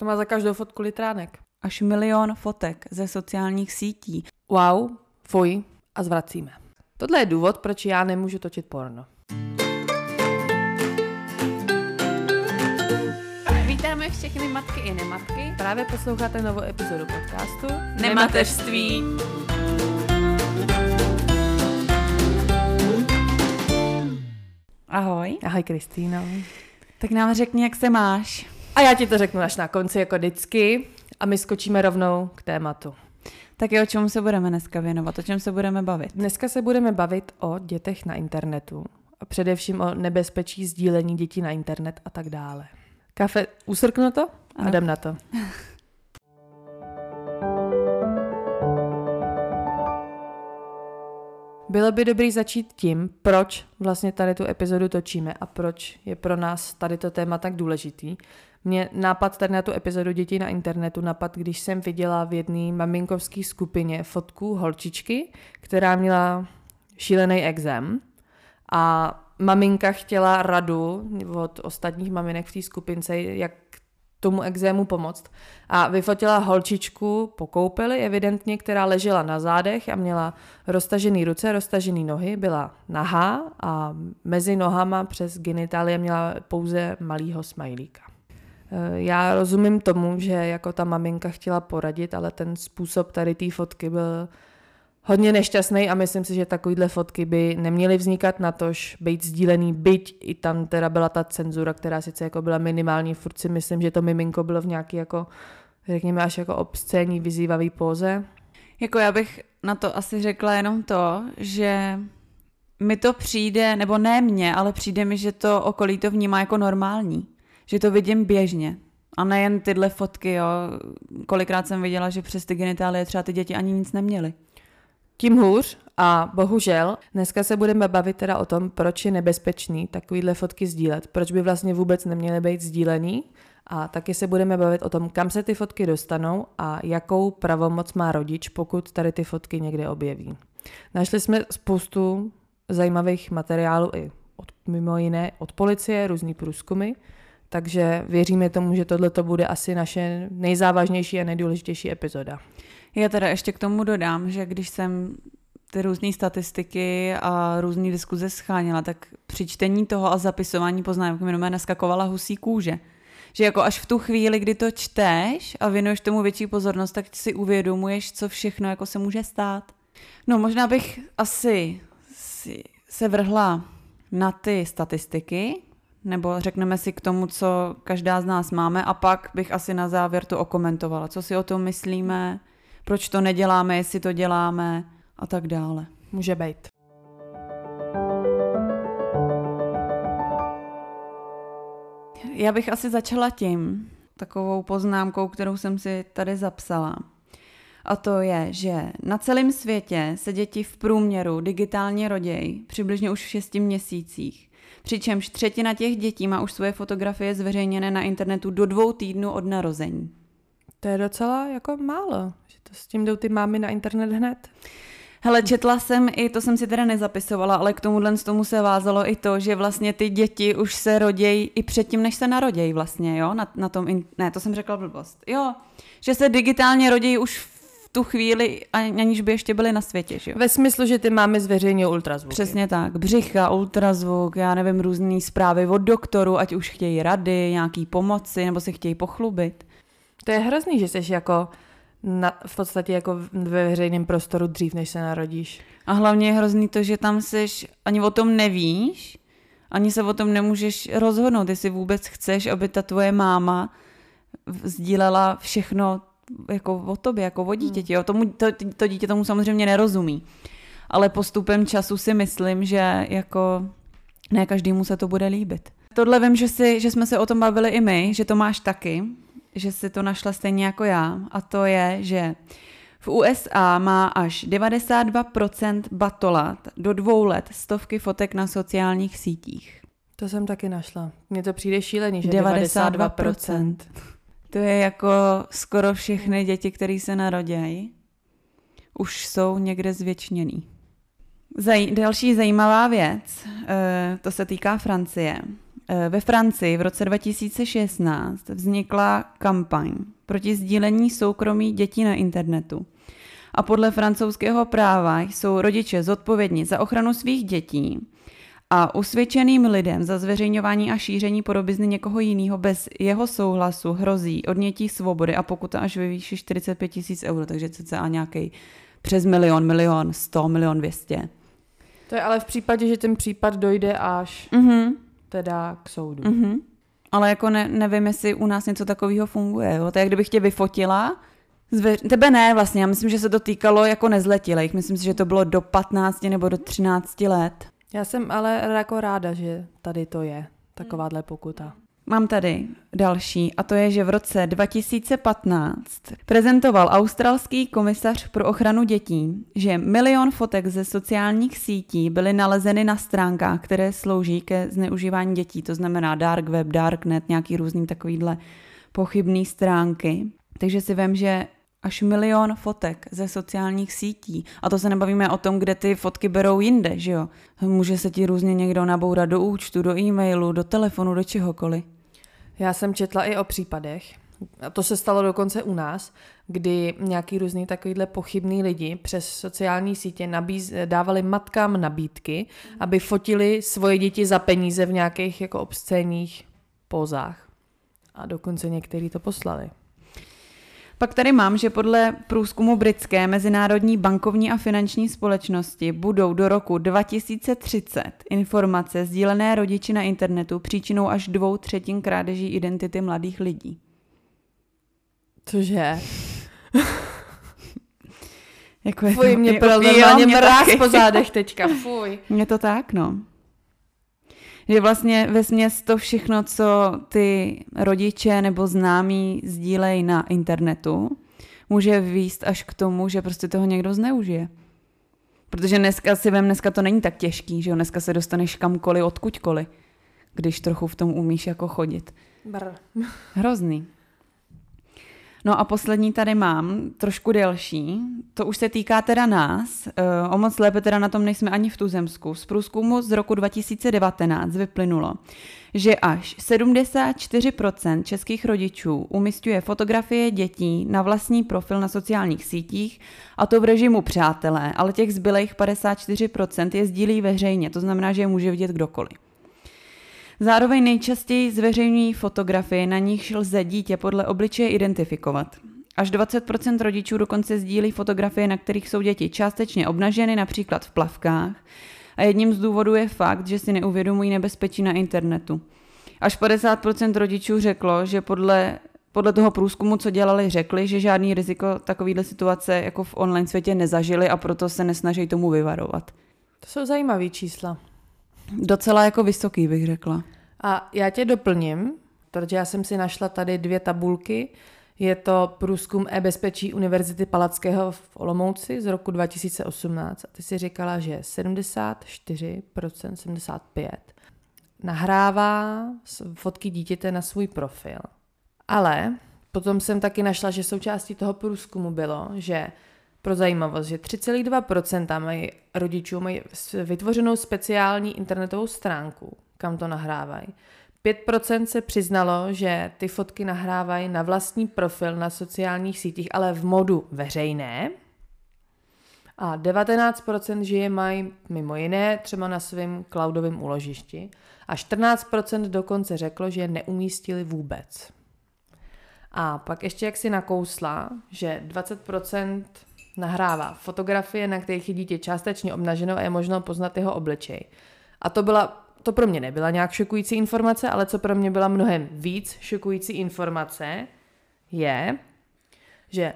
To má za každou fotku litránek. Až 1 000 000 fotek ze sociálních sítí. Wow, fuj a zvracíme. Tohle je důvod, proč já nemůžu točit porno. Vítáme všechny matky i nematky. Právě posloucháte novou epizodu podcastu Nemateřství. Ahoj. Ahoj Kristýno. Tak nám řekni, jak se máš. A já ti to řeknu až na konci, jako vždycky. A my skočíme rovnou k tématu. Tak o čem se budeme dneska věnovat? O čem se budeme bavit? Dneska se budeme bavit o dětech na internetu. A především o nebezpečí sdílení dětí na internet a tak dále. Kafe, usrknu to? A jdem na to. Bylo by dobrý začít tím, proč vlastně tady tu epizodu točíme a proč je pro nás tady to téma tak důležitý. Mě nápad tady na tu epizodu dětí na internetu napad, když jsem viděla v jedné maminkovské skupině fotku holčičky, která měla šílený exém a maminka chtěla radu od ostatních maminek v té skupince, jak tomu exému pomoct. A vyfotila holčičku po koupeli, evidentně, která ležela na zádech a měla roztažený ruce, roztažený nohy, byla nahá a mezi nohama přes genitálie měla pouze malýho smajlíka. Já rozumím tomu, že jako ta maminka chtěla poradit, ale ten způsob tady té fotky byl hodně nešťastný a myslím si, že takovýhle fotky by neměly vznikat, natož být sdílený, byť i tam teda byla ta cenzura, která sice jako byla minimální, furt si myslím, že to miminko bylo v nějaký jako, řekněme, až jako obscénní, vyzývavý póze. Jako já bych na to asi řekla jenom to, že mi to přijde, nebo ne mně, ale přijde mi, že to okolí to vnímá jako normální. Že to vidím běžně. A nejen tyhle fotky, jo. Kolikrát jsem viděla, že přes ty genitálie třeba ty děti ani nic neměly. Tím hůř a bohužel dneska se budeme bavit teda o tom, proč je nebezpečný takovýhle fotky sdílet, proč by vlastně vůbec neměly být sdílený a taky se budeme bavit o tom, kam se ty fotky dostanou a jakou pravomoc má rodič, pokud tady ty fotky někde objeví. Našli jsme spoustu zajímavých materiálů i mimo jiné od policie, různý průzkumy, takže věříme tomu, že tohleto bude asi naše nejzávažnější a nejdůležitější epizoda. Já teda ještě k tomu dodám, že když jsem ty různé statistiky a různé diskuze scháněla, tak při čtení toho a zapisování poznámek mi naskakovala husí kůže. Že jako až v tu chvíli, kdy to čteš a věnuješ tomu větší pozornost, tak si uvědomuješ, co všechno jako se může stát. No možná bych asi se vrhla na ty statistiky, nebo řekneme si k tomu, co každá z nás máme a pak bych asi na závěr to okomentovala. Co si o tom myslíme, proč to neděláme, jestli to děláme a tak dále. Může být. Já bych asi začala tím, takovou poznámkou, kterou jsem si tady zapsala. A to je, že na celém světě se děti v průměru digitálně rodějí přibližně už v 6 měsících. Přičemž 1/3 těch dětí má už svoje fotografie zveřejněné na internetu do 2 týdnů od narození. To je docela jako málo, že to s tím jdou ty mámy na internet hned. Hele, četla jsem i, to jsem si teda nezapisovala, ale k tomu se vázalo i to, že vlastně ty děti už se rodějí i předtím, než se narodějí vlastně, jo? Na tom, ne, to jsem řekla blbost. Jo, že se digitálně rodějí už v tu chvíli, aniž by ještě byli na světě, že jo? Ve smyslu, že ty mámy zveřejňují ultrazvuky. Přesně tak, břicha, ultrazvuk, já nevím, různý zprávy od doktoru, ať už chtějí rady, nějaký pomoci, nebo se chtějí pochlubit. To je hrozný, že jsi jako v podstatě jako ve veřejném prostoru dřív, než se narodíš. A hlavně je hrozný to, že tam seš, ani o tom nevíš, ani se o tom nemůžeš rozhodnout, jestli vůbec chceš, aby ta tvoje máma sdílela všechno jako o tobě, jako o dítěti. Jo? To dítě tomu samozřejmě nerozumí. Ale postupem času si myslím, že jako ne každému se to bude líbit. Tohle vím, že jsme se o tom bavili i my, že to máš taky, že si to našla stejně jako já. A to je, že v USA má až 92% batolat do 2 let stovky fotek na sociálních sítích. To jsem taky našla. Mně to přijde šílený, že 92%. To je jako skoro všechny děti, které se narodějí, už jsou někde zvěčněný. Další zajímavá věc, to se týká Francie. Ve Francii v roce 2016 vznikla kampaň proti sdílení soukromí dětí na internetu. A podle francouzského práva jsou rodiče zodpovědní za ochranu svých dětí a usvědčeným lidem za zveřejňování a šíření podobizny někoho jiného bez jeho souhlasu hrozí odnětí svobody a pokuta až ve výši 45 000 euro, takže cca nějaký přes 1 milion 100 200. To je ale v případě, že ten případ dojde až teda k soudu. Ale jako nevím, jestli u nás něco takového funguje. Jo? To je, jak kdybych tě vyfotila. Tebe ne vlastně, já myslím, že se to týkalo jako nezletilých. Myslím si, že to bylo do 15 nebo do 13 let. Já jsem ale jako ráda, že tady to je takováhle pokuta. Mám tady další a to je, že v roce 2015 prezentoval australský komisař pro ochranu dětí, že 1 milion fotek ze sociálních sítí byly nalezeny na stránkách, které slouží ke zneužívání dětí, to znamená dark web, darknet, nějaký různý takovýhle pochybný stránky. Takže si vem, že až 1 milion fotek ze sociálních sítí. A to se nebavíme o tom, kde ty fotky berou jinde, že jo? Může se ti různě někdo nabourat do účtu, do e-mailu, do telefonu, do čehokoliv. Já jsem četla i o případech, a to se stalo dokonce u nás, kdy nějaký různý takovýhle pochybný lidi přes sociální sítě dávali matkám nabídky, aby fotili svoje děti za peníze v nějakých jako obscénních pózách. A dokonce někteří to poslali. Pak tady mám, že podle průzkumu britské mezinárodní bankovní a finanční společnosti budou do roku 2030 informace sdílené rodiči na internetu příčinou až 2/3 krádeží identity mladých lidí. Cože? Jako je fuj, mě byl normálně mráz po zádech teďka, fuj. Je to tak, no. Že vlastně vesměs to všechno, co ty rodiče nebo známí sdílejí na internetu, může vést až k tomu, že prostě toho někdo zneužije. Protože dneska to není tak těžký, že jo, dneska se dostaneš kamkoliv, odkudkoliv, když trochu v tom umíš jako chodit. Hrozný. No a poslední tady mám, trošku delší, to už se týká teda nás, o moc lépe teda na tom nejsme ani v tuzemsku. Z průzkumu z roku 2019 vyplynulo, že až 74% českých rodičů umisťuje fotografie dětí na vlastní profil na sociálních sítích, a to v režimu přátelé, ale těch zbylejch 54% je sdílí veřejně, to znamená, že je může vidět kdokoliv. Zároveň nejčastěji zveřejňují fotografie, na nichž lze dítě podle obličeje identifikovat. Až 20% rodičů dokonce sdílí fotografie, na kterých jsou děti částečně obnaženy, například v plavkách. A jedním z důvodů je fakt, že si neuvědomují nebezpečí na internetu. Až 50% rodičů řeklo, že podle toho průzkumu, co dělali, řekli, že žádný riziko takovýhle situace jako v online světě nezažili a proto se nesnaží tomu vyvarovat. To jsou zajímavý čísla. Docela jako vysoký, bych řekla. A já tě doplním, protože já jsem si našla tady 2 tabulky. Je to průzkum e-bezpečí Univerzity Palackého v Olomouci z roku 2018. A ty si říkala, že 74%, 75% nahrává fotky dítěte na svůj profil. Ale potom jsem taky našla, že součástí toho průzkumu bylo, že pro zajímavost, že 3,2% rodičů mají vytvořenou speciální internetovou stránku, kam to nahrávají. 5% se přiznalo, že ty fotky nahrávají na vlastní profil na sociálních sítích, ale v modu veřejné. A 19% že je mají mimo jiné třeba na svém cloudovém úložišti. A 14% dokonce řeklo, že je neumístili vůbec. A pak ještě jak si nakousla, že 20% nahrává fotografie, na kterých je dítě částečně obnaženo a je možno poznat jeho obličej. A to pro mě nebyla nějak šokující informace, ale co pro mě byla mnohem víc šokující informace, je, že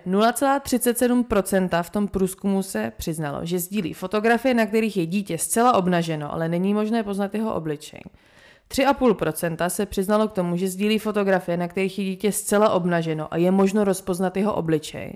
0,37% v tom průzkumu se přiznalo, že sdílí fotografie, na kterých je dítě zcela obnaženo, ale není možné poznat jeho obličej. 3,5% se přiznalo k tomu, že sdílí fotografie, na kterých je dítě zcela obnaženo a je možno rozpoznat jeho obličej.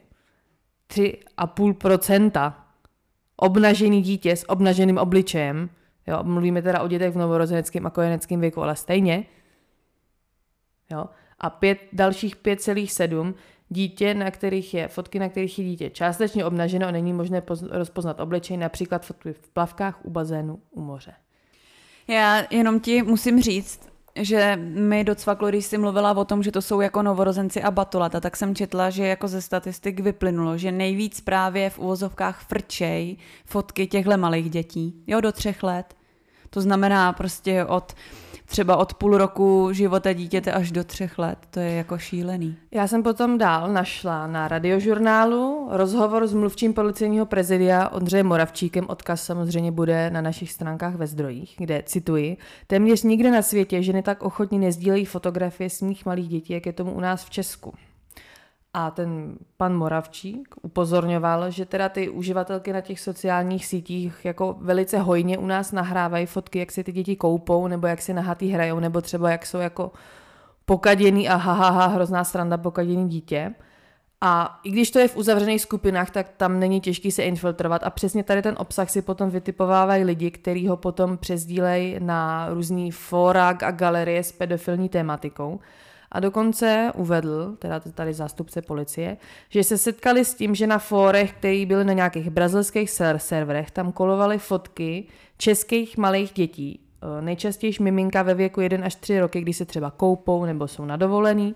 3,5% obnažený dítě s obnaženým obličejem, jo, mluvíme teda o dětech v novorozeneckém a kojeneckém věku, ale stejně, jo, a dalších 5,7 dítě, fotky, na kterých je dítě částečně obnaženo a není možné rozpoznat obličej, například fotky v plavkách, u bazénu, u moře. Já jenom ti musím říct, že mi docvaklo, když jsi mluvila o tom, že to jsou jako novorozenci a batolata, tak jsem četla, že jako ze statistik vyplynulo, že nejvíc právě v uvozovkách frčej fotky těchhle malých dětí, jo, do 3 let. To znamená prostě třeba od půl roku života dítěte až do 3 let. To je jako šílený. Já jsem potom dál našla na Radiožurnálu rozhovor s mluvčím policejního prezidia Ondřejem Moravčíkem, odkaz samozřejmě bude na našich stránkách ve zdrojích, kde, cituji, téměř nikde na světě ženy tak ochotně nezdílejí fotografie svých malých dětí, jak je tomu u nás v Česku. A ten pan Moravčík upozorňoval, že teda ty uživatelky na těch sociálních sítích jako velice hojně u nás nahrávají fotky, jak si ty děti koupou, nebo jak si nahatý hrajou, nebo třeba jak jsou jako pokaděný a hrozná sranda pokaděný dítě. A i když to je v uzavřených skupinách, tak tam není těžký se infiltrovat a přesně tady ten obsah si potom vytipovávají lidi, kteří ho potom přesdílejí na různý fóra a galerie s pedofilní tématikou. A dokonce uvedl, teda tady zástupce policie, že se setkali s tím, že na fórech, které byly na nějakých brazilských serverech, tam kolovaly fotky českých malých dětí. Nejčastěji miminka ve věku 1 až 3 roky, kdy se třeba koupou nebo jsou na dovolený.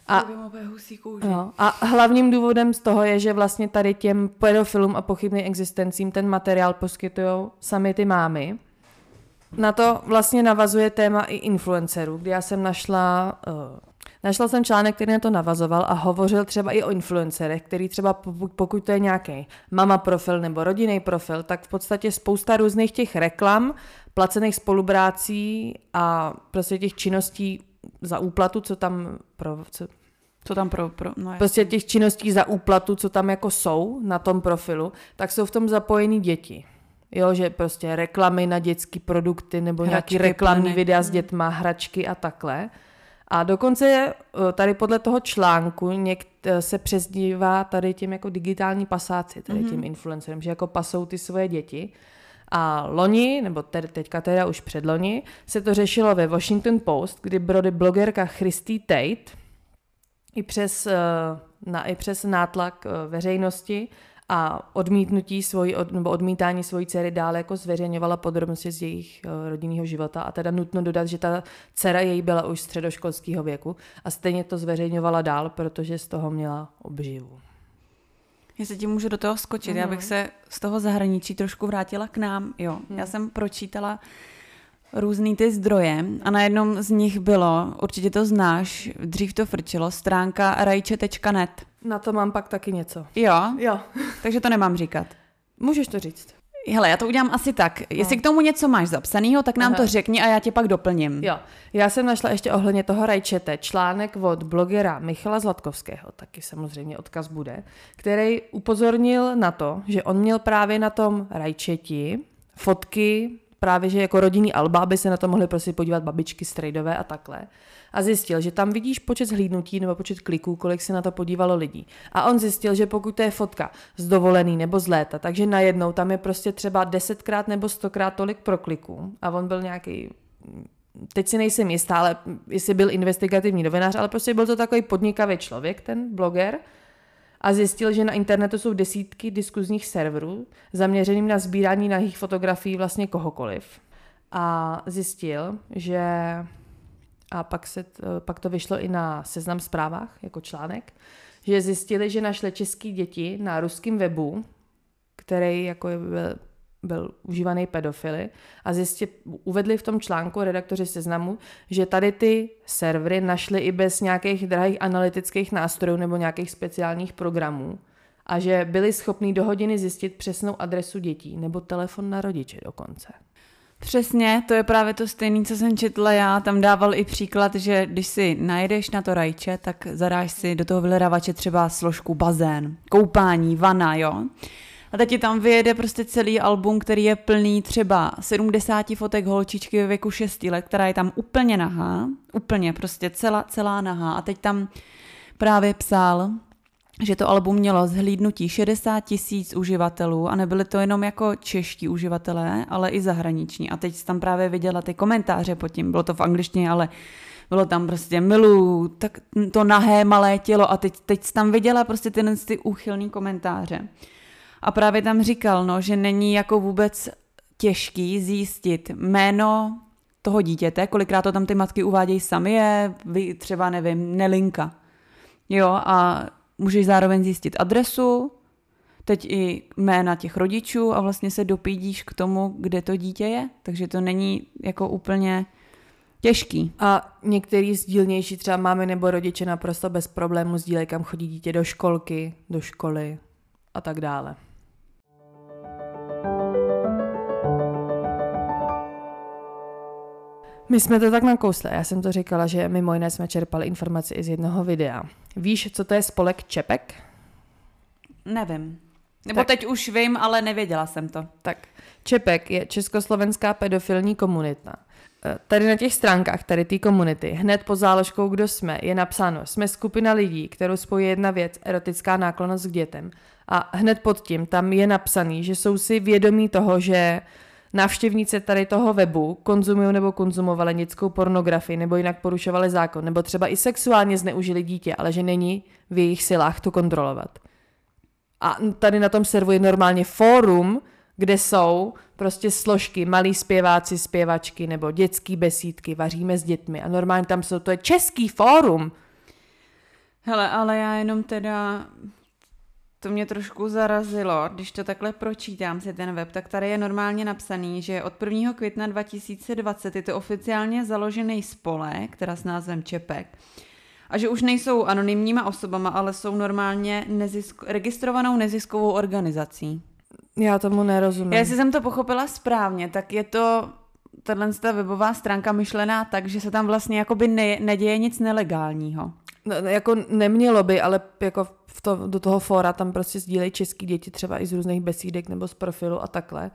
A hlavním důvodem z toho je, že vlastně tady těm pedofilům a pochybným existencím ten materiál poskytují sami ty mámy. Na to vlastně navazuje téma i influencerů, kdy já jsem našla jsem článek, který na to navazoval a hovořil třeba i o influencerech, který třeba pokud to je nějaký mama profil nebo rodinný profil, tak v podstatě spousta různých těch reklam, placených spoluprácí a prostě těch činností za úplatu, prostě těch činností za úplatu, co tam jako jsou na tom profilu, tak jsou v tom zapojený děti. Jo, že prostě reklamy na dětské produkty nebo nějaký reklamní videa s dětma, hračky a takhle. A dokonce tady podle toho článku se přezdívá tady těm jako digitální pasáci, tady těm influencerům, že jako pasou ty svoje děti. A loni, nebo teďka teda už předloni, se to řešilo ve Washington Post, kdy blogerka Christy Tate i přes nátlak veřejnosti a odmítání svojí dcery dále jako zveřejňovala podrobnosti z jejich rodinného života a teda nutno dodat, že ta dcera její byla už středoškolského věku a stejně to zveřejňovala dál, protože z toho měla obživu. Jestli ti můžu do toho skočit, já bych se z toho zahraničí trošku vrátila k nám. Jo, já jsem pročítala různý ty zdroje a na jednom z nich bylo, určitě to znáš, dřív to frčilo, stránka rajče.net. Na to mám pak taky něco. Jo? Takže to nemám říkat. Můžeš to říct. Hele, já to udělám asi tak. Jestli k tomu něco máš zapsanýho, tak nám to řekni a já tě pak doplním. Jo, já jsem našla ještě ohledně toho rajčete článek od blogera Michala Zlatkovského, taky samozřejmě odkaz bude, který upozornil na to, že on měl právě na tom rajčeti fotky, právě že jako rodinný alba, aby se na to mohli prostě podívat babičky, strejdové a takhle. A zjistil, že tam vidíš počet zhlídnutí nebo počet kliků, kolik se na to podívalo lidí. A on zjistil, že pokud to je fotka z dovolený nebo z léta, takže najednou tam je prostě třeba 10krát nebo 100krát tolik prokliků. A on byl nějaký, teď si nejsem jistá, ale jestli byl investigativní novinář, ale prostě byl to takový podnikavý člověk, ten bloger. A zjistil, že na internetu jsou desítky diskuzních serverů zaměřeným na sbírání nahých fotografií vlastně kohokoliv. A zjistil, že pak to vyšlo i na Seznam Zprávách jako článek, že zjistili, že našli české děti na ruském webu, který jako byl užívaný pedofily a uvedli v tom článku redaktoři Seznamu, že tady ty servery našli i bez nějakých drahých analytických nástrojů nebo nějakých speciálních programů a že byli schopní do hodiny zjistit přesnou adresu dětí nebo telefon na rodiče dokonce. Přesně, to je právě to stejné, co jsem četla já. Tam dával i příklad, že když si najdeš na to rajče, tak zadáš si do toho vyhledávače třeba složku bazén, koupání, vana, jo. A teď ti tam vyjede prostě celý album, který je plný třeba 70 fotek holčičky ve věku 6 let, která je tam úplně nahá, úplně prostě celá nahá. A teď tam právě psal, že to album mělo zhlídnutí 60 000 uživatelů a nebyly to jenom jako čeští uživatelé, ale i zahraniční. A teď tam právě viděla ty komentáře pod tím, bylo to v angličtině, ale bylo tam prostě miluju, tak to nahé malé tělo a teď tam viděla prostě ty úchylný komentáře. A právě tam říkal, že není jako vůbec těžký zjistit jméno toho dítěte, kolikrát to tam ty matky uvádějí sami, je třeba, nevím, nelinka. Jo, a můžeš zároveň zjistit adresu, teď i jména těch rodičů a vlastně se dopídíš k tomu, kde to dítě je, takže to není jako úplně těžký. A některý sdílnější třeba mámy nebo rodiče naprosto bez problému sdílejí, kam chodí dítě do školky, do školy a tak dále. My jsme to tak nakousli, já jsem to říkala, že mimo jiné jsme čerpali informaci i z jednoho videa. Víš, co to je spolek Čepek? Nevím. Nebo teď už vím, ale nevěděla jsem to. Tak, Čepek je československá pedofilní komunita. Tady na těch stránkách tady té komunity, hned pod záložkou Kdo jsme, je napsáno: jsme skupina lidí, kterou spojí jedna věc, erotická náklonnost k dětem. A hned pod tím tam je napsaný, že jsou si vědomí toho, že návštěvníci tady toho webu konzumují nebo konzumovali dětskou pornografii nebo jinak porušovali zákon, nebo třeba i sexuálně zneužili dítě, ale že není v jejich silách to kontrolovat. A tady na tom servu je normálně fórum, kde jsou prostě složky, malí zpěváci, zpěvačky nebo dětský besídky, vaříme s dětmi a normálně tam jsou, to je český fórum. Hele, ale já jenom teda, to mě trošku zarazilo, když to takhle pročítám si ten web, tak tady je normálně napsaný, že od 1. května 2020 je to oficiálně založený spolek, teda s názvem Čepek, a že už nejsou anonymníma osobama, ale jsou normálně registrovanou neziskovou organizací. Já tomu nerozumím. Jestli jsem to pochopila správně, tak je to tato webová stránka myšlená tak, že se tam vlastně jakoby neděje nic nelegálního. No, jako nemělo by, ale jako do toho fóra tam prostě sdílejí český děti třeba i z různých besídek nebo z profilu a takhle.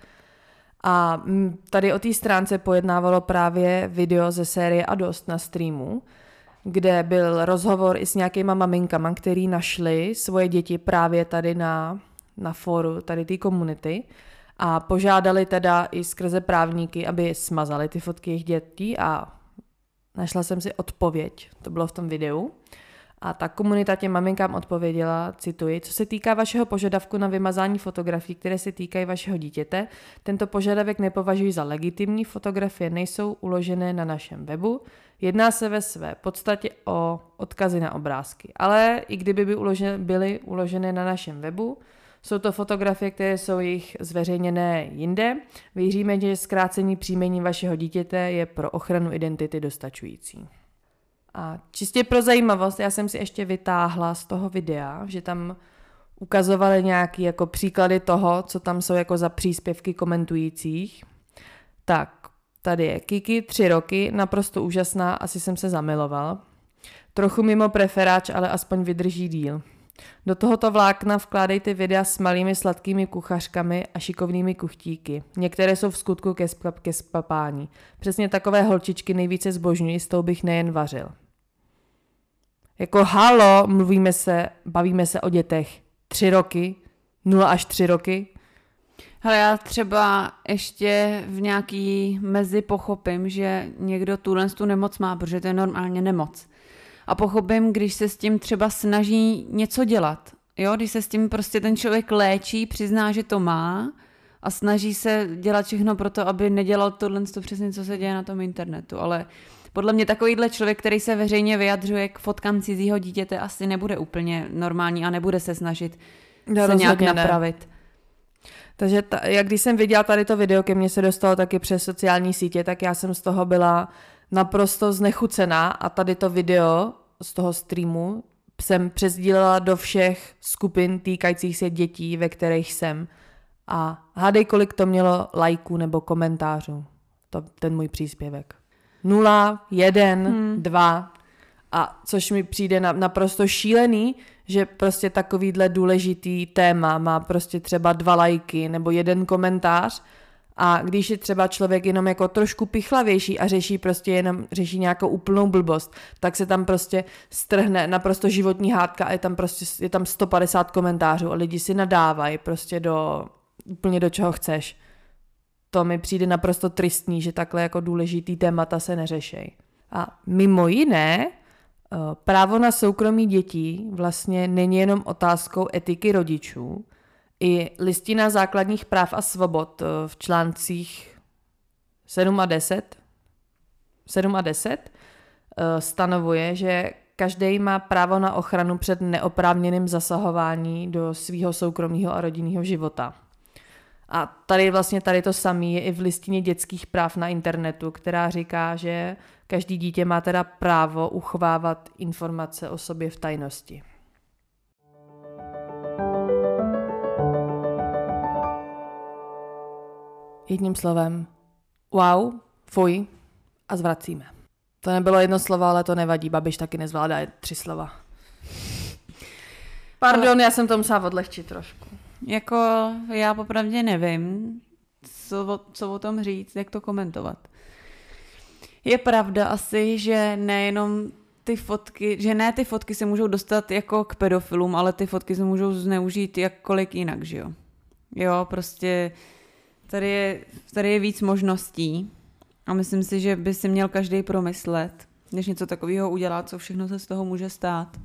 A tady o té stránce pojednávalo právě video ze série A dost na streamu, kde byl rozhovor i s nějakýma maminkama, který našli svoje děti právě tady na fóru tady té komunity a požádali teda i skrze právníky, aby smazali ty fotky jejich dětí a našla jsem si odpověď, to bylo v tom videu. A ta komunita těm maminkám odpověděla, cituji: co se týká vašeho požadavku na vymazání fotografií, které se týkají vašeho dítěte, tento požadavek nepovažuji za legitimní, fotografie nejsou uložené na našem webu, jedná se ve své podstatě o odkazy na obrázky, ale i kdyby byly uložené na našem webu, jsou to fotografie, které jsou jich zveřejněné jinde. Věříme, že zkrácení příjmení vašeho dítěte je pro ochranu identity dostačující. A čistě pro zajímavost, já jsem si ještě vytáhla z toho videa, že tam ukazovali nějaké jako příklady toho, co tam jsou jako za příspěvky komentujících. Tak, tady je Kiki, 3 roky, naprosto úžasná, asi jsem se zamiloval. Trochu mimo preferáč, ale aspoň vydrží díl. Do tohoto vlákna vkládejte videa s malými sladkými kuchařkami a šikovnými kuchtíky. Některé jsou v skutku ke spapání. Přesně takové holčičky nejvíce zbožňuji, s tou bych nejen vařil. Jako halo, bavíme se o dětech 3 roky, 0 až 3 roky. Hele, já třeba ještě v nějaký mezi pochopím, že někdo tu nemoc má, protože to je normálně nemoc. A pochopím, když se s tím třeba snaží něco dělat. Jo, když se s tím prostě ten člověk léčí, přizná, že to má a snaží se dělat všechno pro to, aby nedělal tohle přesně, co se děje na tom internetu. Ale podle mě takovýhle člověk, který se veřejně vyjadřuje k fotkám cizího dítěte, asi nebude úplně normální a nebude se snažit se nějak napravit. Takže jak když jsem viděla tady to video, ke mně se dostalo taky přes sociální sítě, tak já jsem z toho byla naprosto znechucená a tady to video z toho streamu jsem přesdílela do všech skupin týkajících se dětí, ve kterých jsem. A hádej, kolik to mělo lajků nebo komentářů, ten můj příspěvek. 0, 1, 2. A což mi přijde naprosto šílený, že prostě takovýhle důležitý téma má prostě třeba 2 lajky nebo 1 komentář. A když je třeba člověk jenom jako trošku pichlavější a řeší nějakou úplnou blbost, tak se tam prostě strhne naprosto životní hádka a je tam 150 komentářů a lidi si nadávají prostě úplně do čeho chceš. To mi přijde naprosto tristní, že takhle jako důležitý témata se neřešejí. A mimo jiné, právo na soukromí dětí vlastně není jenom otázkou etiky rodičů. I Listina základních práv a svobod v článcích 7 a 10 7 a 10 stanovuje, že každý má právo na ochranu před neoprávněným zasahování do svého soukromého a rodinného života. A tady to samé je i v listině dětských práv na internetu, která říká, že každý dítě má teda právo uchovávat informace o sobě v tajnosti. Jedním slovem, wow, fuj a zvracíme. To nebylo jedno slovo, ale to nevadí, Babiš taky nezvládá 3 slova. Pardon, já jsem to musela odlehčit trošku. Jako já popravdě nevím, co o tom říct, jak to komentovat. Je pravda asi, že nejenom ty fotky, že ne ty fotky se můžou dostat jako k pedofilům, ale ty fotky se můžou zneužít jakkoliv jinak, že jo. Jo, prostě tady je víc možností a myslím si, že by si měl každý promyslet, než něco takového udělat, co všechno se z toho může stát.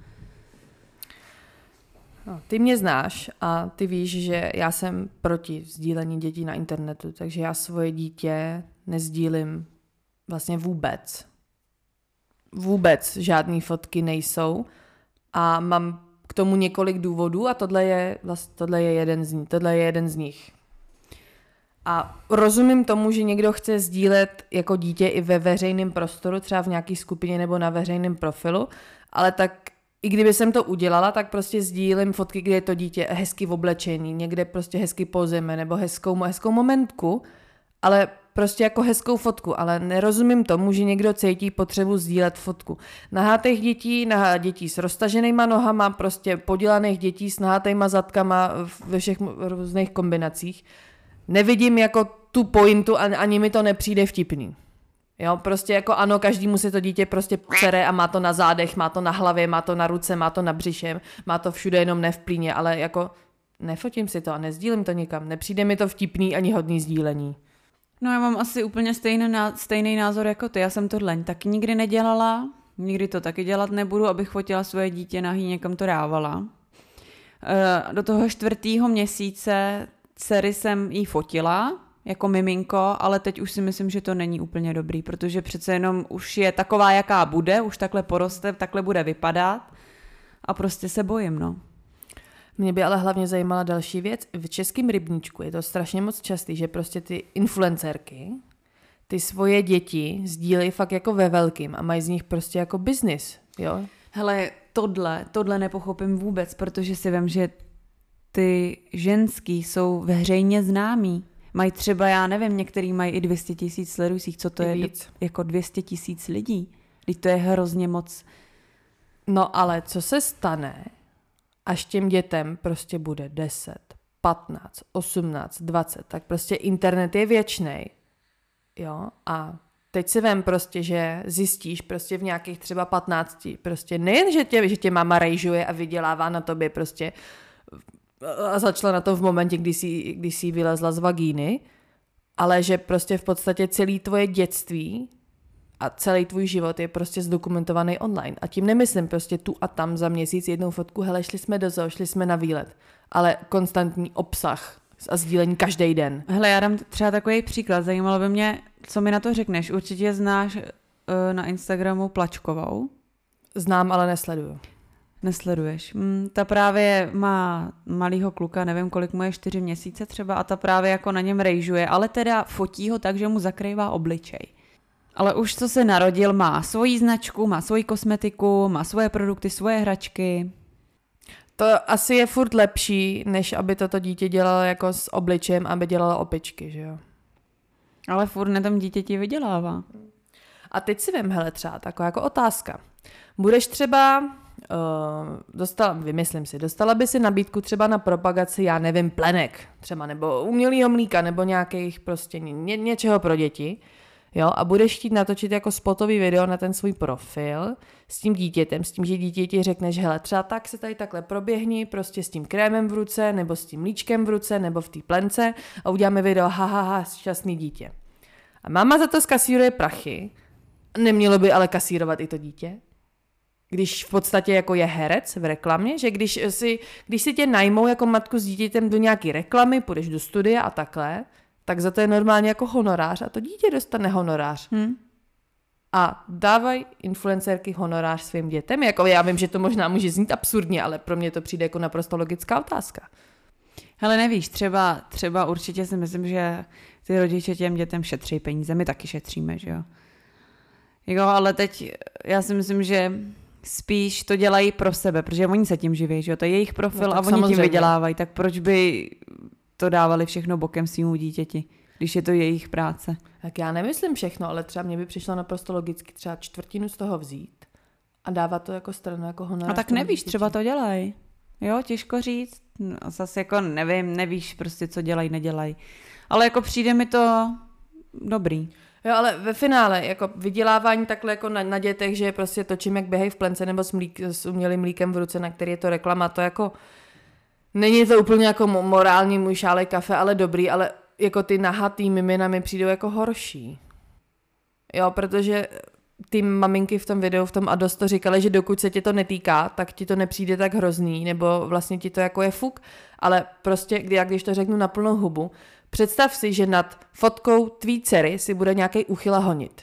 No, ty mě znáš a ty víš, že já jsem proti sdílení dětí na internetu, takže já svoje dítě nezdílím vlastně vůbec. Vůbec žádný fotky nejsou a mám k tomu několik důvodů a tohle je jeden z nich. A rozumím tomu, že někdo chce sdílet jako dítě i ve veřejném prostoru, třeba v nějaké skupině nebo na veřejném profilu, ale tak i kdyby jsem to udělala, tak prostě sdílím fotky, kde je to dítě hezky v oblečení, někde prostě hezky pozeme nebo hezkou momentku, ale prostě jako hezkou fotku, ale nerozumím tomu, že někdo cítí potřebu sdílet fotku. Nahátých dětí, dětí s roztaženýma nohama, prostě podělaných dětí s nahátýma zadkama ve všech různých kombinacích. Nevidím jako tu pointu, ani mi to nepřijde vtipný. Jo, prostě jako ano, každému se to dítě prostě pere a má to na zádech, má to na hlavě, má to na ruce, má to na břišem, má to všude, jenom ne v plíně, ale jako nefotím si to a nezdílím to nikam. Nepřijde mi to vtipný ani hodný sdílení. No já mám asi úplně stejný názor jako ty. Já jsem tohle taky nikdy nedělala, nikdy to taky dělat nebudu, abych fotila svoje dítě nahý, někam to dávala. Do toho 4. měsíce dcery jsem jí fotila jako miminko, ale teď už si myslím, že to není úplně dobrý, protože přece jenom už je taková, jaká bude, už takhle poroste, takhle bude vypadat a prostě se bojím, no. Mě by ale hlavně zajímala další věc. V českém rybníčku je to strašně moc častý, že prostě ty influencerky, ty svoje děti sdílejí fakt jako ve velkým a mají z nich prostě jako biznis, jo? Hele, tohle nepochopím vůbec, protože si vím, že ty ženský jsou veřejně známí. Mají třeba, já nevím, některý mají i 200 000 sledujících, co to je víc. Jako 200 000 lidí. Teď to je hrozně moc. No ale co se stane, až těm dětem prostě bude 10, 15, 18, 20, tak prostě internet je věčnej. Jo? A teď si vem prostě, že zjistíš prostě v nějakých třeba 15, prostě nejen, že tě máma rejžuje a vydělává na tobě prostě a začala na to v momentě, kdy jsi vylezla z vagíny, ale že prostě v podstatě celé tvoje dětství a celý tvůj život je prostě zdokumentovaný online. A tím nemyslím prostě tu a tam za měsíc jednou fotku, hele, šli jsme do zoo, šli jsme na výlet, ale konstantní obsah a sdílení každý den. Hele, já dám třeba takový příklad, zajímalo by mě, co mi na to řekneš. Určitě znáš na Instagramu Plačkovou. Znám, ale nesleduju. Nesleduješ. Ta právě má malýho kluka, nevím, kolik mu je, 4 měsíce třeba, a ta právě jako na něm rejžuje, ale teda fotí ho tak, že mu zakrývá obličej. Ale už co se narodil, má svoji značku, má svoji kosmetiku, má svoje produkty, svoje hračky. To asi je furt lepší, než aby toto dítě dělalo jako s obličejem, aby dělalo opičky, že jo? Ale furt na tom dítěti vydělává. A teď si vem, hele, třeba taková jako otázka. Budeš třeba, dostala by si nabídku třeba na propagaci, já nevím, plenek třeba, nebo umělýho mlíka, nebo nějakých prostě něčeho pro děti, jo, a budeš chtít natočit jako spotový video na ten svůj profil s tím dítětem, s tím, že dítěti řekneš, hele, třeba tak se tady takhle proběhni, prostě s tím krémem v ruce, nebo s tím mlíčkem v ruce, nebo v té plence a uděláme video, šťastný dítě. A máma za to zkasíruje prachy, nemělo by ale kasírovat i to dítě? Když v podstatě jako je herec v reklamě, že když si tě najmou jako matku s dítětem do nějaký reklamy, půjdeš do studia a takhle, tak za to je normálně jako honorář a to dítě dostane honorář. a dávají influencerky honorář svým dětem. Jako já vím, že to možná může znít absurdně, ale pro mě to přijde jako naprosto logická otázka. Hele, nevíš, třeba určitě si myslím, že ty rodiče těm dětem šetří peníze, my taky šetříme, že jo. Jo, ale teď já si myslím, že spíš to dělají pro sebe, protože oni se tím živí, že jo, to je jejich profil a oni samozřejmě tím vydělávají, tak proč by to dávali všechno bokem svýmu dítěti, když je to jejich práce? Tak já nemyslím všechno, ale třeba mně by přišlo naprosto logicky třeba čtvrtinu z toho vzít a dávat to jako stranu, jako honorář. A tak nevíš, třeba to dělají. Jo, těžko říct. No, zase jako nevíš prostě, co dělají, nedělají. Ale jako přijde mi to dobrý. Jo, ale ve finále, jako vydělávání takhle jako na dětech, že prostě točím, jak běhají v plence nebo s umělým mlíkem v ruce, na který je to reklama, to jako není to úplně jako morální můj šálek kafe, ale dobrý, ale jako ty nahatý mimina mi přijdou jako horší. Jo, protože ty maminky v tom videu, v tom Ados to říkaly, že dokud se tě to netýká, tak ti to nepřijde tak hrozný, nebo vlastně ti to jako je fuk, ale prostě, když to řeknu na plnou hubu, představ si, že nad fotkou tvý dcery si bude nějaký uchyla honit.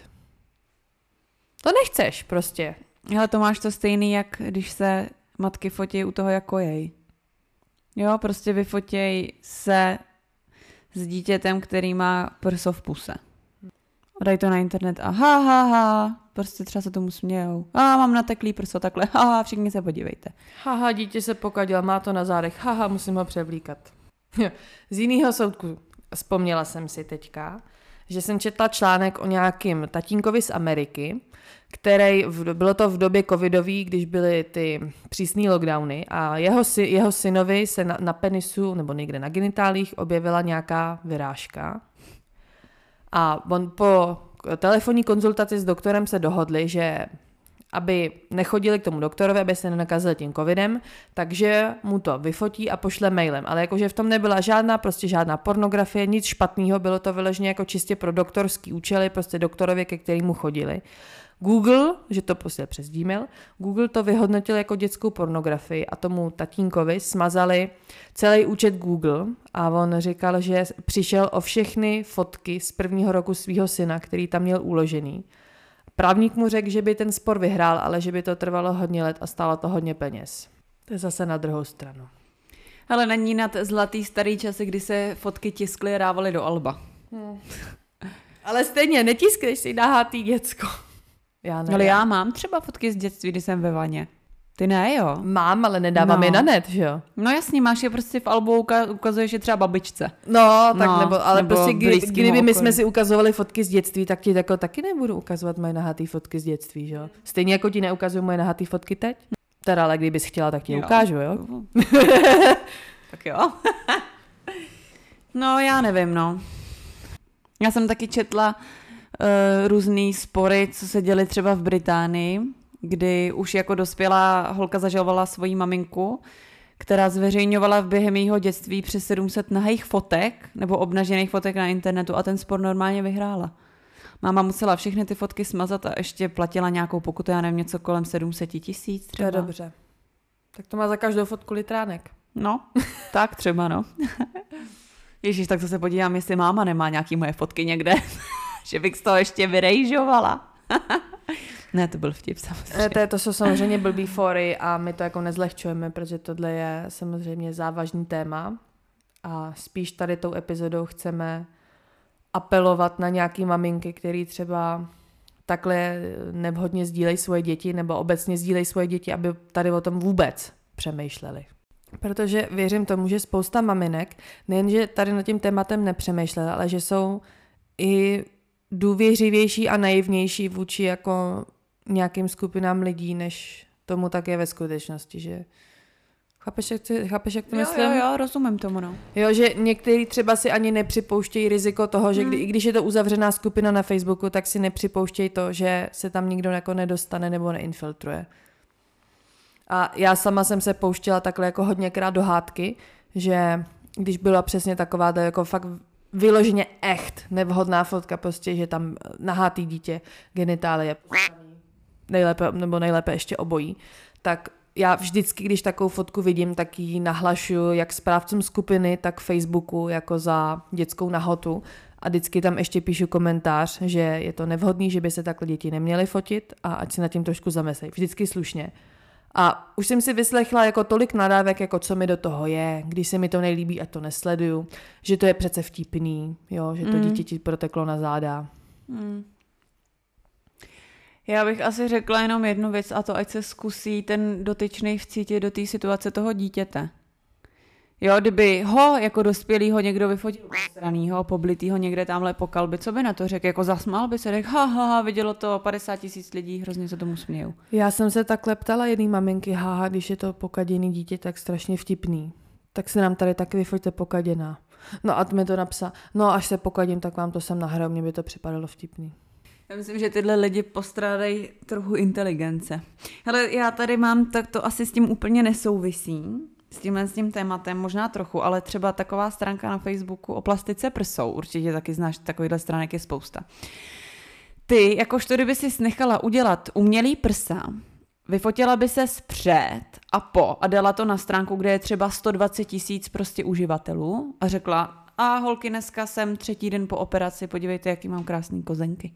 To nechceš prostě. Ale to máš to stejný, jak když se matky fotí u toho, jako jej. Jo, prostě vyfotěj se s dítětem, který má prso v puse. Daj to na internet a ha, prostě třeba se tomu smějou. Mám nateklý prso, takhle, všichni se podívejte. Dítě se pokadilo, má to na zádech, musím ho převlíkat. Z jiného soudku vzpomněla jsem si teďka, že jsem četla článek o nějakým tatínkovi z Ameriky, bylo to v době covidový, když byly ty přísný lockdowny a jeho synovi se na penisu nebo někde na genitálích objevila nějaká vyrážka. A on po telefonní konzultaci s doktorem se dohodli, že aby nechodili k tomu doktorovi, aby se nenakazili tím covidem, takže mu to vyfotí a pošle mailem. Ale jakože v tom nebyla žádná pornografie, nic špatného, bylo to vyloženě jako čistě pro doktorský účely, prostě doktorovi, ke kterému chodili. Google, že to prostě přes Gmail, Google to vyhodnotil jako dětskou pornografii a tomu tatínkovi smazali celý účet Google a on říkal, že přišel o všechny fotky z prvního roku svého syna, který tam měl uložený. Právník mu řekl, že by ten spor vyhrál, ale že by to trvalo hodně let a stálo to hodně peněz. To je zase na druhou stranu. Ale není nad zlatý starý časy, kdy se fotky tiskly a dávaly do alba. Ale stejně netiskneš si nahátý děcko. Ale já mám třeba fotky z dětství, kdy jsem ve vaně. Ty ne, jo? Mám, ale nedávám je na net, že jo? No jasně, máš je prostě v albu, ukazuješ je třeba babičce. No, tak nebo prostě kdyby my jsme si ukazovali fotky z dětství, tak ti jako taky nebudu ukazovat moje nahatý fotky z dětství, že jo? Stejně jako ti neukazuju moje nahatý fotky teď. Teda, ale kdybys chtěla, tak ti ukážu, jo? Tak jo. No, já nevím, no. Já jsem taky četla různý spory, co se děly třeba v Británii, kdy už jako dospělá holka zažalovala svoji maminku, která zveřejňovala během jejího dětství přes 700 nahých fotek nebo obnažených fotek na internetu a ten spor normálně vyhrála. Máma musela všechny ty fotky smazat a ještě platila nějakou pokutu, já nevím, něco kolem 700 000 třeba. To je dobře. Tak to má za každou fotku litránek. No, tak třeba, no. Ježíš, tak to se podívám, jestli máma nemá nějaký moje fotky někde, že bych z toho ještě vyrejžovala. Ne, to byl vtip samozřejmě. To jsou samozřejmě blbý fóry a my to jako nezlehčujeme, protože tohle je samozřejmě závažný téma a spíš tady tou epizodou chceme apelovat na nějaký maminky, který třeba takhle nevhodně sdílejí svoje děti nebo obecně sdílejí svoje děti, aby tady o tom vůbec přemýšleli. Protože věřím tomu, že spousta maminek nejenže tady nad tím tématem nepřemýšlela, ale že jsou i důvěřivější a naivnější vůči jako nějakým skupinám lidí, než tomu tak je ve skutečnosti, že chápeš, jak to myslím? Jo, rozumím tomu, no. Jo, že někteří třeba si ani nepřipouštějí riziko toho, že i když je to uzavřená skupina na Facebooku, tak si nepřipouštějí to, že se tam nikdo jako nedostane nebo neinfiltruje. A já sama jsem se pouštěla takhle jako hodněkrát do hádky, že když byla přesně taková jako fakt vyloženě echt nevhodná fotka, prostě, že tam nahátý dítě, genitálie, nejlépe ještě obojí, tak já vždycky, když takovou fotku vidím, tak ji nahlašuju jak správcům skupiny, tak Facebooku jako za dětskou nahotu a vždycky tam ještě píšu komentář, že je to nevhodný, že by se takhle děti neměly fotit a ať si nad tím trošku zamyslej. Vždycky slušně. A už jsem si vyslechla jako tolik nadávek, jako co mi do toho je, když se mi to nelíbí, ať to nesleduju, že to je přece vtipný, jo, že to dítě ti proteklo na záda. Já bych asi řekla jenom jednu věc a to, ať se zkusí ten dotyčnej vcítit do té situace toho dítěte. Jo, kdyby ho jako dospělýho někdo vyfotil postranýho, poblitýho někde tamhle po kalbi, co by na to řekl? Jako zasmál by se, řekl, vidělo to 50 000 lidí, hrozně se tomu smějou. Já jsem se takhle ptala jedný maminky, když je to pokaděný dítě, tak strašně vtipný. Tak se nám tady taky vyfoťte pokaděná. No a mi to napsal, no až se pokadím, tak vám to sem nahraju, mně by to připadalo vtipný. Já myslím, že tyhle lidi postrádají trochu inteligence. Hele, já tady mám, tak to asi s tím úplně nesouvisí, s tím tématem, možná trochu, ale třeba taková stránka na Facebooku o plastice prsou, určitě taky znáš, takovýhle stránek je spousta. Ty, jakožto kdyby si nechala udělat umělý prsa, vyfotila by se před a po a dala to na stránku, kde je třeba 120 000 prostě uživatelů a řekla, a holky, dneska jsem 3. den po operaci, podívejte, jaký mám krásný kozenky.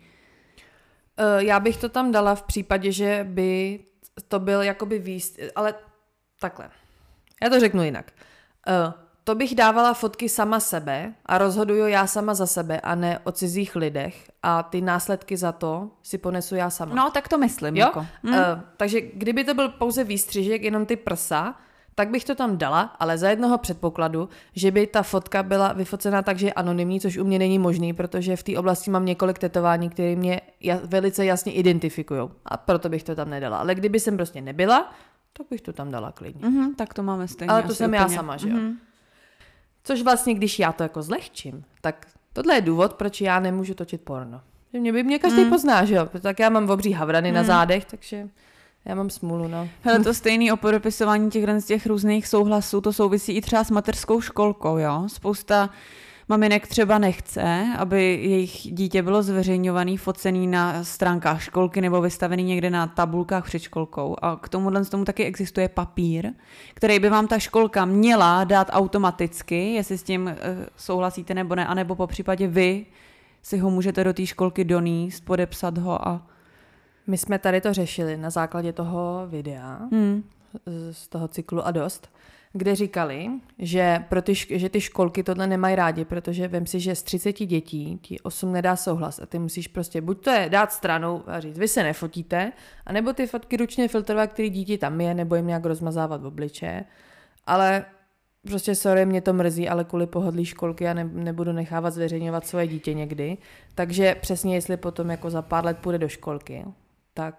Já bych to tam dala v případě, že by to byl jakoby ale takhle. Já to řeknu jinak. To bych dávala fotky sama sebe a rozhoduju já sama za sebe a ne o cizích lidech a ty následky za to si ponesu já sama. No, tak to myslím. Jo? Jako. Takže kdyby to byl pouze výstřižek, jenom ty prsa, tak bych to tam dala, ale za jednoho předpokladu, že by ta fotka byla vyfocená tak, že je anonymní, což u mě není možný, protože v té oblasti mám několik tetování, které mě velice jasně identifikují. A proto bych to tam nedala. Ale kdyby jsem prostě nebyla, tak bych to tam dala klidně. Tak to máme stejně. Ale to jsem úplně. já sama, že jo. Což vlastně, když já to jako zlehčím, tak tohle je důvod, proč já nemůžu točit porno. Mě každý pozná, že jo. Tak já mám obří havrany na zádech, takže já mám smůlu, no. Hele, to stejný o podepisování těch různých souhlasů, to souvisí i třeba s mateřskou školkou, jo. Spousta maminek třeba nechce, aby jejich dítě bylo zveřejňovaný, focený na stránkách školky nebo vystavený někde na tabulkách před školkou. A k tomu taky existuje papír, který by vám ta školka měla dát automaticky, jestli s tím souhlasíte nebo ne, anebo po případě vy si ho můžete do té školky donést, podepsat ho a... My jsme tady to řešili na základě toho videa, z toho cyklu A dost, kde říkali, že že ty školky tohle nemají rádi, protože vem si, že z 30 dětí ti 8 nedá souhlas a ty musíš prostě buď to je dát stranou a říct, vy se nefotíte, anebo ty fotky ručně filtrovat, který dítě tam je, nebo jim nějak rozmazávat v obličeje, ale prostě sorry, mě to mrzí, ale kvůli pohodlí školky já nebudu nechávat zveřejňovat svoje dítě někdy, takže přesně jestli potom jako za pár let půjde do školky, tak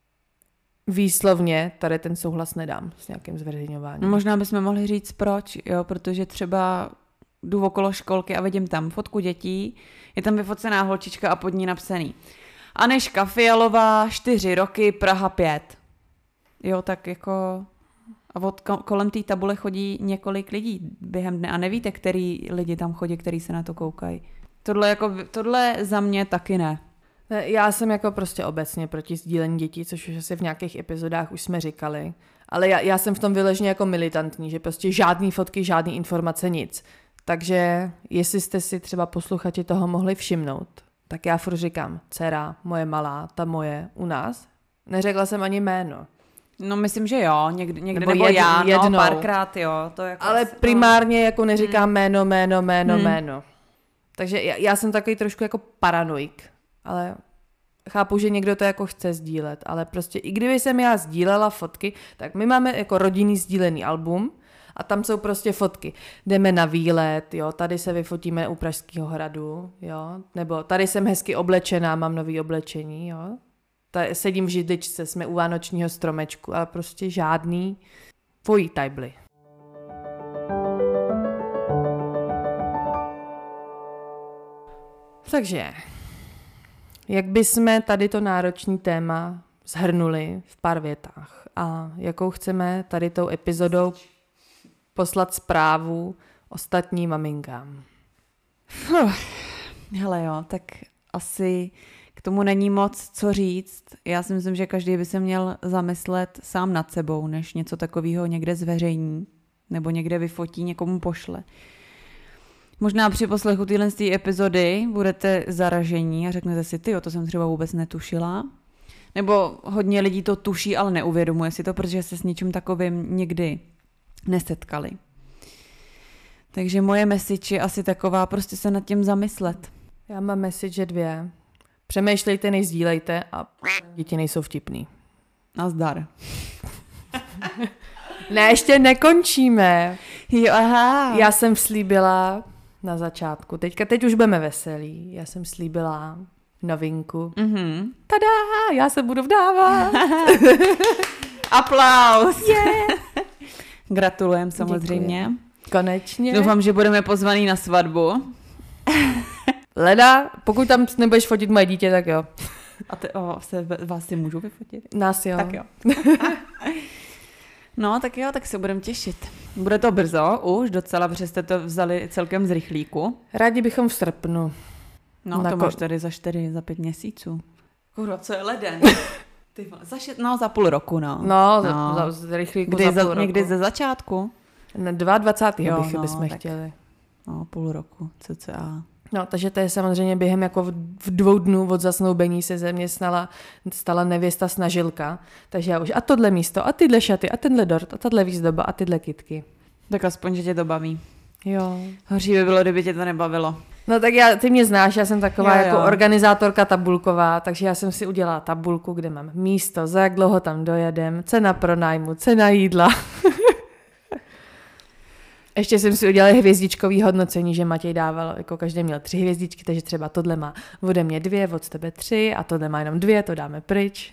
výslovně tady ten souhlas nedám s nějakým zveřejňováním. No, možná bychom mohli říct proč, jo, protože třeba jdu okolo školky a vidím tam fotku dětí, je tam vyfocená holčička a pod ní napsaný Anežka Fialová, 4 roky, Praha 5. Jo, tak jako... A kolem té tabule chodí několik lidí během dne a nevíte, který lidi tam chodí, který se na to koukají. Tohle za mě taky ne. Já jsem jako prostě obecně proti sdílení dětí, což už asi v nějakých epizodách už jsme říkali, ale já jsem v tom vyloženě jako militantní, že prostě žádný fotky, žádný informace, nic. Takže jestli jste si třeba posluchači toho mohli všimnout, tak já furt říkám, dcera, moje malá, ta moje, u nás. Neřekla jsem ani jméno. No myslím, že jo, někde nebo já, jednou. No párkrát jo. To jako ale primárně jako neříkám jméno. Takže já jsem takový trošku jako paranoik. Ale chápu, že někdo to jako chce sdílet, ale prostě i kdyby jsem já sdílela fotky, tak my máme jako rodinný sdílený album a tam jsou prostě fotky. Jdeme na výlet, jo, tady se vyfotíme u Pražského hradu, jo, nebo tady jsem hezky oblečená, mám nový oblečení, jo. Tady sedím v židličce, jsme u vánočního stromečku, ale prostě žádný tvojí tajbly. Takže... Jak bychom tady to náročné téma shrnuli v pár větách a jakou chceme tady tou epizodou poslat zprávu ostatním maminkám? Hele jo, tak asi k tomu není moc co říct. Já si myslím, že každý by se měl zamyslet sám nad sebou, než něco takového někde zveřejní nebo někde vyfotí, někomu pošle. Možná při poslechu téhle epizody budete zaražení a řeknete si, tyjo, to jsem třeba vůbec netušila. Nebo hodně lidí to tuší, ale neuvědomuje si to, protože se s něčím takovým nikdy nesetkali. Takže moje message je asi taková, prostě se nad tím zamyslet. Já mám message 2. Přemýšlejte, než sdílejte a děti nejsou vtipný. Nazdar. Ne, ještě nekončíme. Jo, aha. Já jsem slíbila na začátku, teď už budeme veselí, já jsem slíbila novinku. Mm-hmm. Tada, já se budu vdávat. Aplaus. Yeah. Gratulujem samozřejmě. Děkuji. Konečně. Doufám, že budeme pozvaný na svatbu. Leda, pokud tam nebudeš fotit moje dítě, tak jo. A vás si můžu vyfotit? Nás jo. Tak jo. No, tak jo, tak se budeme těšit. Bude to brzo už, docela, protože jste to vzali celkem z rychlíku. Rádi bychom v srpnu. No, to máš tady za 5 měsíců. Kurva, co je leden? Za půl roku, no. No. Za rychlíku kdy za půl roku. Někdy ze začátku? 22. bychom chtěli. No, půl roku, cca. No, takže to je samozřejmě během jako v 2 dnů od zasnoubení se ze mě stala nevěsta snažilka. Takže já už a tohle místo, a tyhle šaty, a tenhle dort, a tahle výzdoba, a tyhle kytky. Tak aspoň, že tě to baví. Jo. Horší by bylo, kdyby tě to nebavilo. No tak ty mě znáš, já jsem taková jako organizátorka tabulková, takže já jsem si udělala tabulku, kde mám místo, za jak dlouho tam dojedem, cena pronájmu, cena jídla. Ještě jsem si udělala hvězdičkový hodnocení, že Matěj dával, jako každý měl 3 hvězdičky, takže třeba tohle má ode mě 2, od tebe 3 a tohle má jenom 2, to dáme pryč.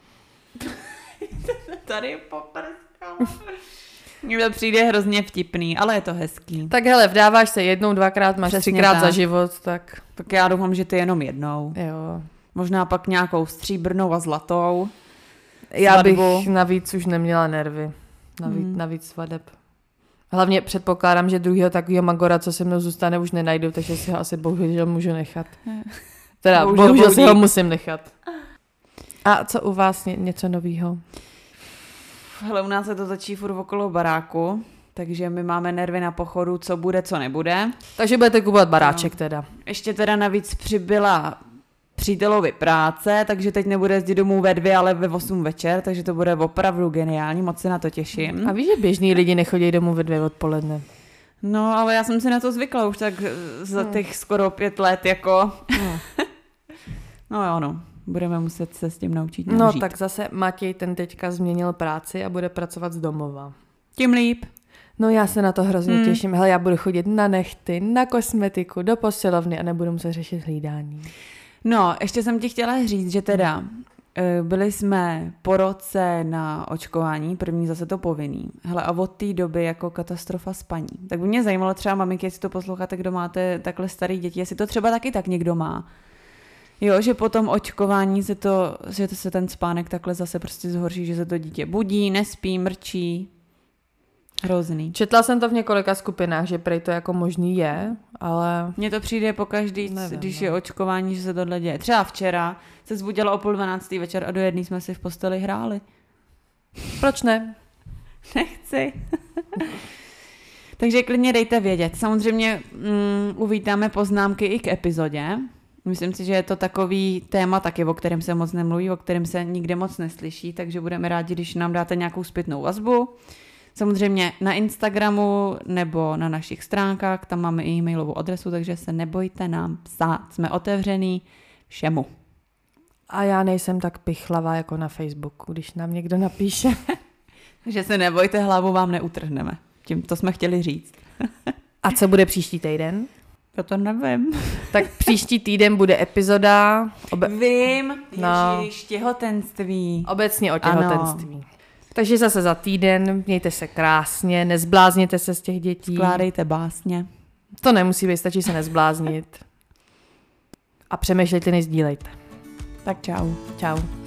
Tady poprskala. Mně to přijde hrozně vtipný, ale je to hezký. Tak hele, vdáváš se 1, 2krát, máš 3krát za život, tak... Tak já doufám, že ty jenom jednou. Jo. Možná pak nějakou stříbrnou a zlatou. Já bych navíc už neměla nervy. Navíc svadeb. Hlavně předpokládám, že druhého takového magora, co se mnou zůstane, už nenajdu, takže si ho asi bohužel můžu nechat. Teda bohužel si ho musím nechat. A co u vás něco novýho? Hele, u nás se to točí furt okolo baráku, takže my máme nervy na pochodu, co bude, co nebude. Takže budete kupovat baráček teda. Ještě teda navíc přibyla přítelovi práce, takže teď nebude jezdit domů ve 2, ale ve 8 večer, takže to bude opravdu geniální, moc se na to těším. A víš, že běžní lidi nechodí domů ve 2 odpoledne? No, ale já jsem si na to zvykla už tak za těch skoro 5 let, jako. No jo, no. Budeme muset se s tím naučit No tak zase Matěj ten teďka změnil práci a bude pracovat z domova. Tím líp. No já se na to hrozně těším. Hele, já budu chodit na nehty, na kosmetiku, do posilovny a nebudu muset řešit hlídání. No, ještě jsem ti chtěla říct, že teda byli jsme po roce na očkování, první zase to povinný. Hele, a od té doby jako katastrofa spaní. Tak by mě zajímalo třeba, maminky, jestli to posloucháte, kdo máte takhle starý děti, jestli to třeba taky tak někdo má. Jo, že po tom očkování že se ten spánek takhle zase prostě zhorší, že se to dítě budí, nespí, mrčí. Hrozný. Četla jsem to v několika skupinách, že prej to jako možný je, ale... Mně to přijde pokaždý, když je očkování, že se tohle děje. Třeba včera se zbudila o 11:30 večer a do 1 jsme si v posteli hráli. Proč ne? Nechci. Takže klidně dejte vědět. Samozřejmě uvítáme poznámky i k epizodě. Myslím si, že je to takový téma taky, o kterém se moc nemluví, o kterém se nikde moc neslyší, takže budeme rádi, když nám dáte nějakou zpětnou vazbu. Samozřejmě na Instagramu nebo na našich stránkách, tam máme i e-mailovou adresu, takže se nebojte nám psát, jsme otevřený všemu. A já nejsem tak pichlavá jako na Facebooku, když nám někdo napíše. Takže se nebojte, hlavu vám neutrhneme. Tím to jsme chtěli říct. A co bude příští týden? Já to nevím. Tak příští týden bude epizoda... Vím, Ježíš, těhotenství. Obecně o těhotenství. Ano. Takže zase za týden, mějte se krásně, nezblázněte se z těch dětí. Skládejte básně. To nemusí být, stačí se nezbláznit. A přemýšlejte, nezdílejte. Tak čau. Čau.